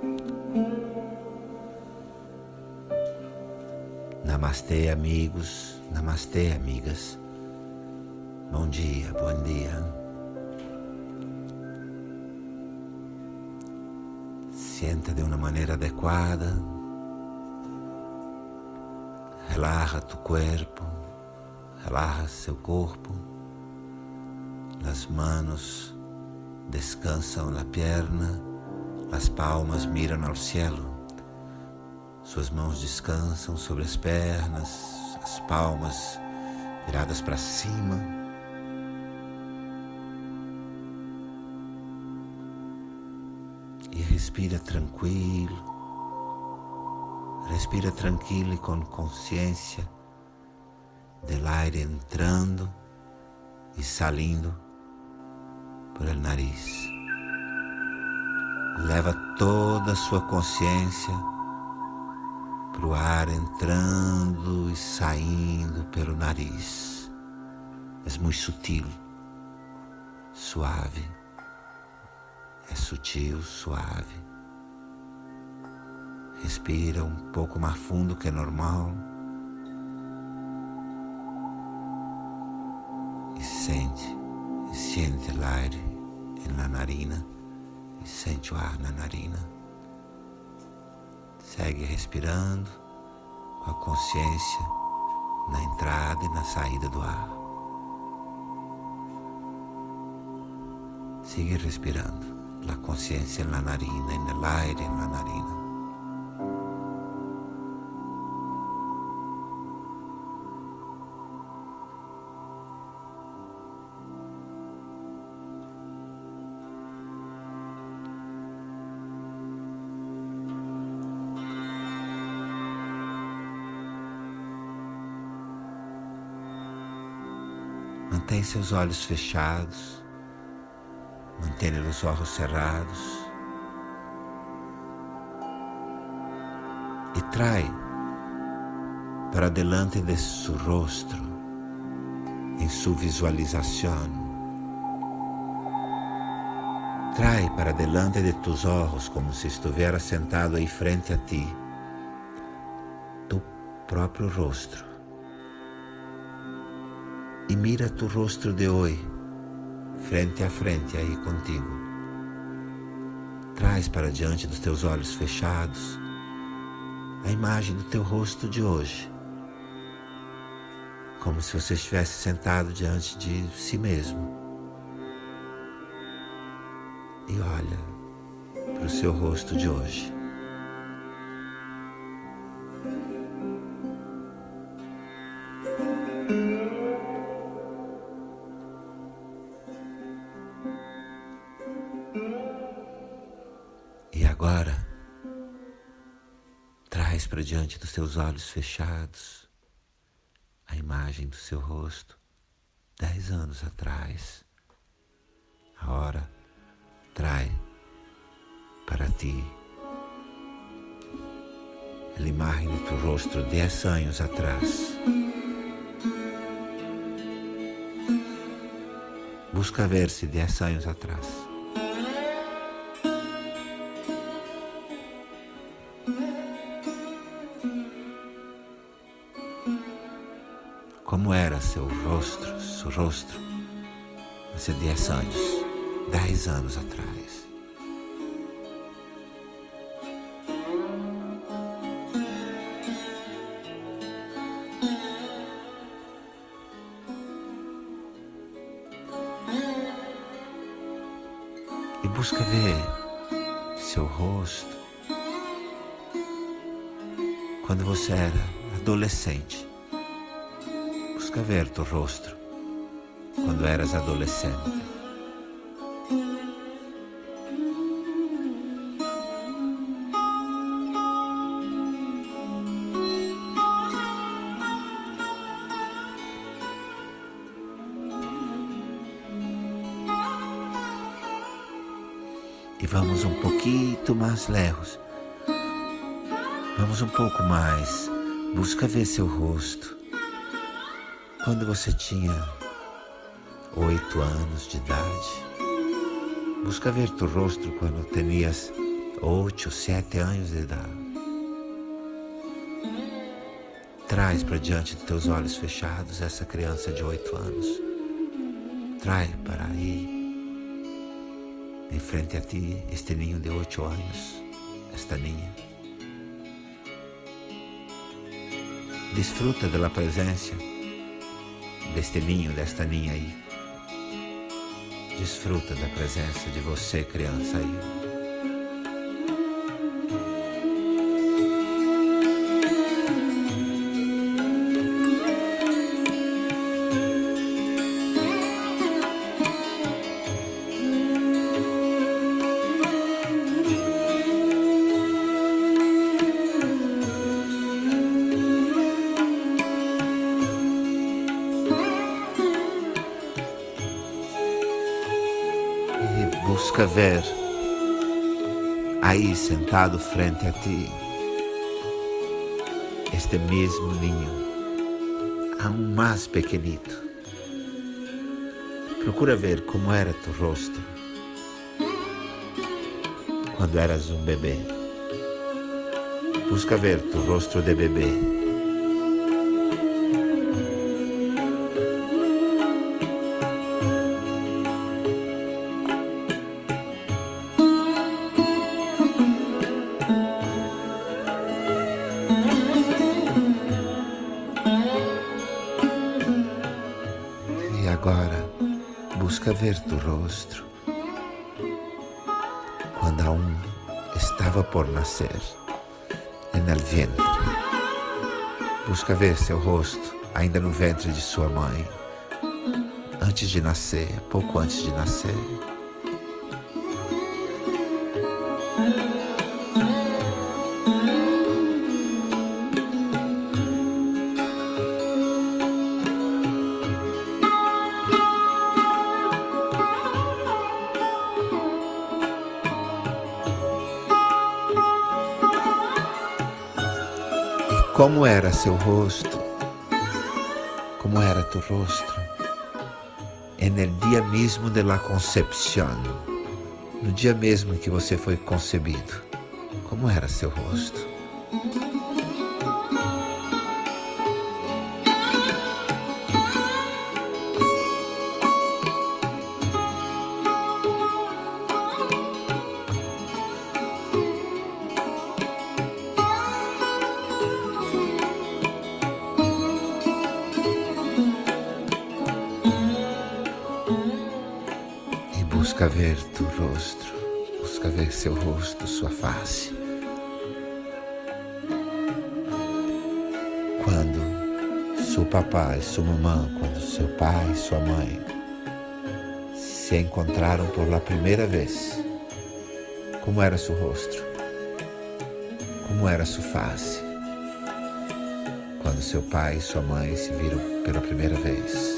Namastê, amigos, namastê, amigas. Bom dia, bom dia. Senta de uma maneira adequada. Relaja tu cuerpo, relaja seu corpo. Las manos descansam na perna, as palmas miram ao cielo. Suas mãos descansam sobre as pernas, as palmas viradas para cima. E respira tranquilo e com consciência do ar entrando e saindo por el nariz. Leva toda a sua consciência para o ar entrando e saindo pelo nariz. É muito sutil, suave. É sutil, suave. Respira um pouco mais fundo que é normal. E sente o ar na narina. E sente o ar na narina. Segue respirando com a consciência na entrada e na saída do ar. Sigue respirando, a consciência na narina e no ar e na narina. Mantém seus olhos fechados, mantenha os olhos cerrados e trai para delante de su rostro, em sua visualização. Trai para delante de tus ojos, como se estivesse sentado aí frente a ti, tu próprio rostro. E mira tu rostro de hoje, frente a frente aí contigo. Traz para diante dos teus olhos fechados a imagem do teu rosto de hoje, como se você estivesse sentado diante de si mesmo. E olha para o seu rosto de hoje. E agora, traz para diante dos seus olhos fechados a imagem do seu rosto 10 anos atrás. Agora, trai para ti a imagem de tu rosto 10 anos atrás. Busca ver-se 10 anos atrás. Como era seu rosto há 10 anos, 10 anos atrás. E busca ver seu rosto quando você era adolescente. Busca ver tu rosto quando eras adolescente. E vamos um pouquinho mais lejos. Vamos um pouco mais. Busca ver seu rosto quando você tinha 8 anos de idade. Busca ver tu rosto quando tinhas 8, 7 anos de idade. Traz para diante de teus olhos fechados essa criança de 8 anos. Traz para aí, em frente a ti, este ninho de 8 anos, esta niña. Desfruta da presença deste ninho, desta niña aí. Desfruta da presença de você, criança aí. Busca ver, aí sentado frente a ti, este mesmo ninho, aún mais pequenito. Procura ver como era tu rosto quando eras um bebê. Busca ver tu rosto de bebê. Agora, busca ver tu rosto quando aún estava por nascer no ventre. Busca ver seu rosto ainda no ventre de sua mãe, antes de nascer, pouco antes de nascer. Como era seu rosto? Como era tu rosto? No dia mesmo de la concepción, no dia mesmo em que você foi concebido, como era seu rosto? Busca ver tu rosto, busca ver seu rosto, sua face. Quando seu papai, sua mamãe, quando seu pai e sua mãe se encontraram por la primeira vez, como era seu rosto? Como era sua face? Quando seu pai e sua mãe se viram pela primeira vez.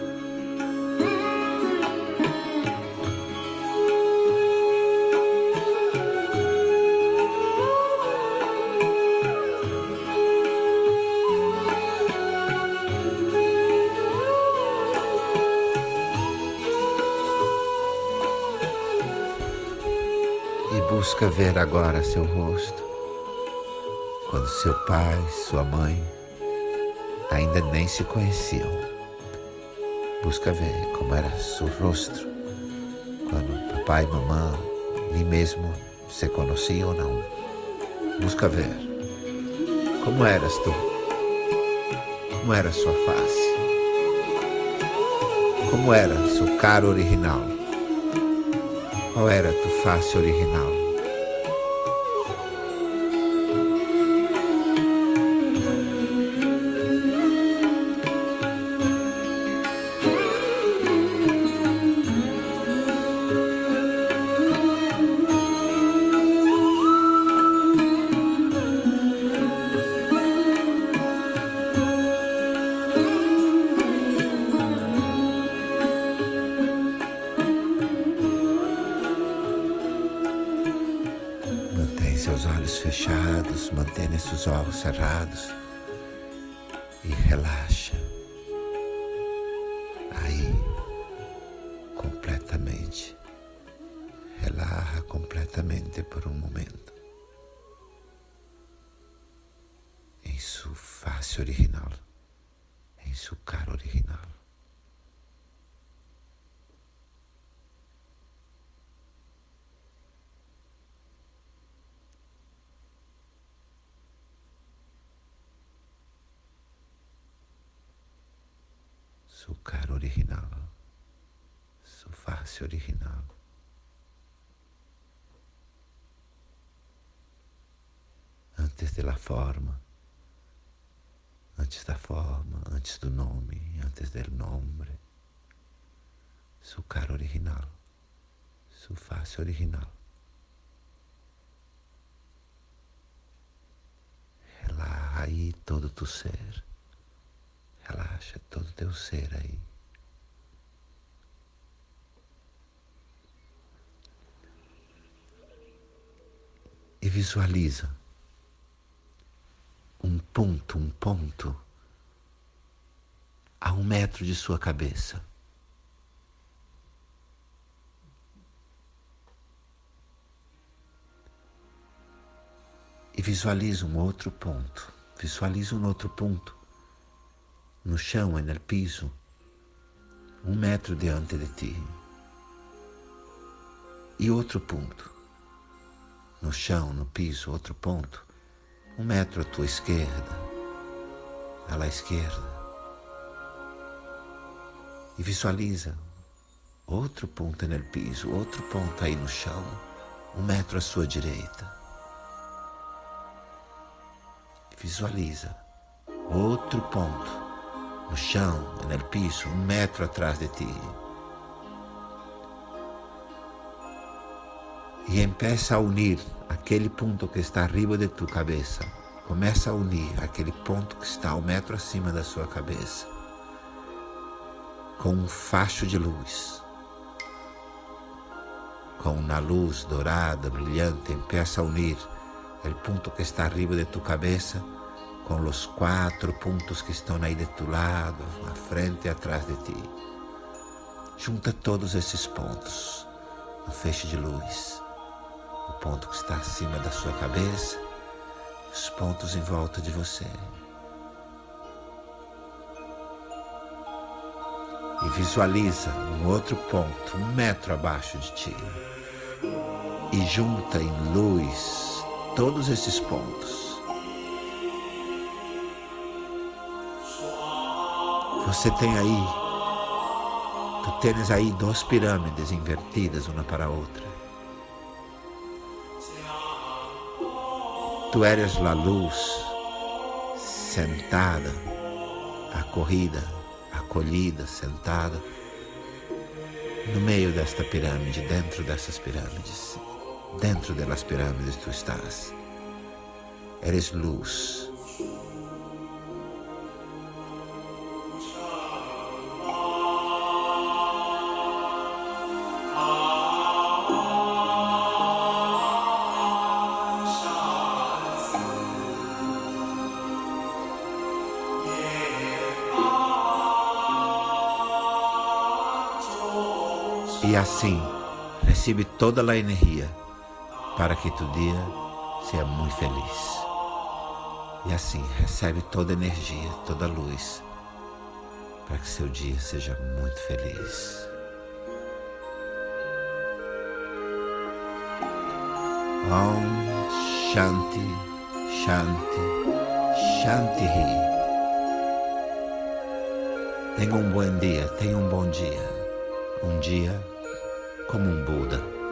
E busca ver agora seu rosto, quando seu pai e sua mãe ainda nem se conheciam. Busca ver como era seu rosto, quando papai e mamãe nem mesmo se conheciam ou não. Busca ver como eras tu, como era sua face, como era sua cara original. Qual era a tua face original? Seus olhos fechados, mantenha seus olhos cerrados e relaxa aí completamente. Relaxa completamente por un momento en su fase original, en su cara original. Su cara original, su fase original. Antes da forma, antes do nome, antes del nombre. Su cara original, su fase original. Relaxa aí todo tu ser. Relaxa todo teu ser aí. E visualiza um ponto a 1 metro de sua cabeça. E visualiza um outro ponto. Visualiza um outro ponto no chão e no piso, 1 metro diante de ti. E outro ponto no chão, no piso, outro ponto, 1 metro à tua esquerda, à esquerda. E visualiza outro ponto no piso, outro ponto aí no chão, 1 metro à sua direita. Visualiza outro ponto no chão e no piso, 1 metro atrás de ti. E empieza a unir aquele ponto que está arriba de tu cabeça. Começa a unir aquele ponto que está 1 metro acima da sua cabeça com um facho de luz. Com uma luz dourada, brilhante, empieza a unir o ponto que está arriba de tu cabeça com os 4 pontos que estão aí de tu lado, à frente e atrás de ti. Junta todos esses pontos no feixe de luz. O ponto que está acima da sua cabeça, os pontos em volta de você. E visualiza um outro ponto, 1 metro abaixo de ti. E junta em luz todos esses pontos. Você tem aí, tu tens aí 2 pirâmides invertidas uma para a outra. Tu eres a luz sentada, acolhida, sentada no meio desta pirâmide, dentro dessas pirâmides. Dentro delas pirâmides tu estás. Eres luz. E assim, recebe toda a energia para que tu dia seja muito feliz. E assim, recebe toda a energia, toda a luz para que seu dia seja muito feliz. Om Shanti, Shanti, Shanti. Tenha um bom dia, tenha um bom dia. Um dia como um Buda.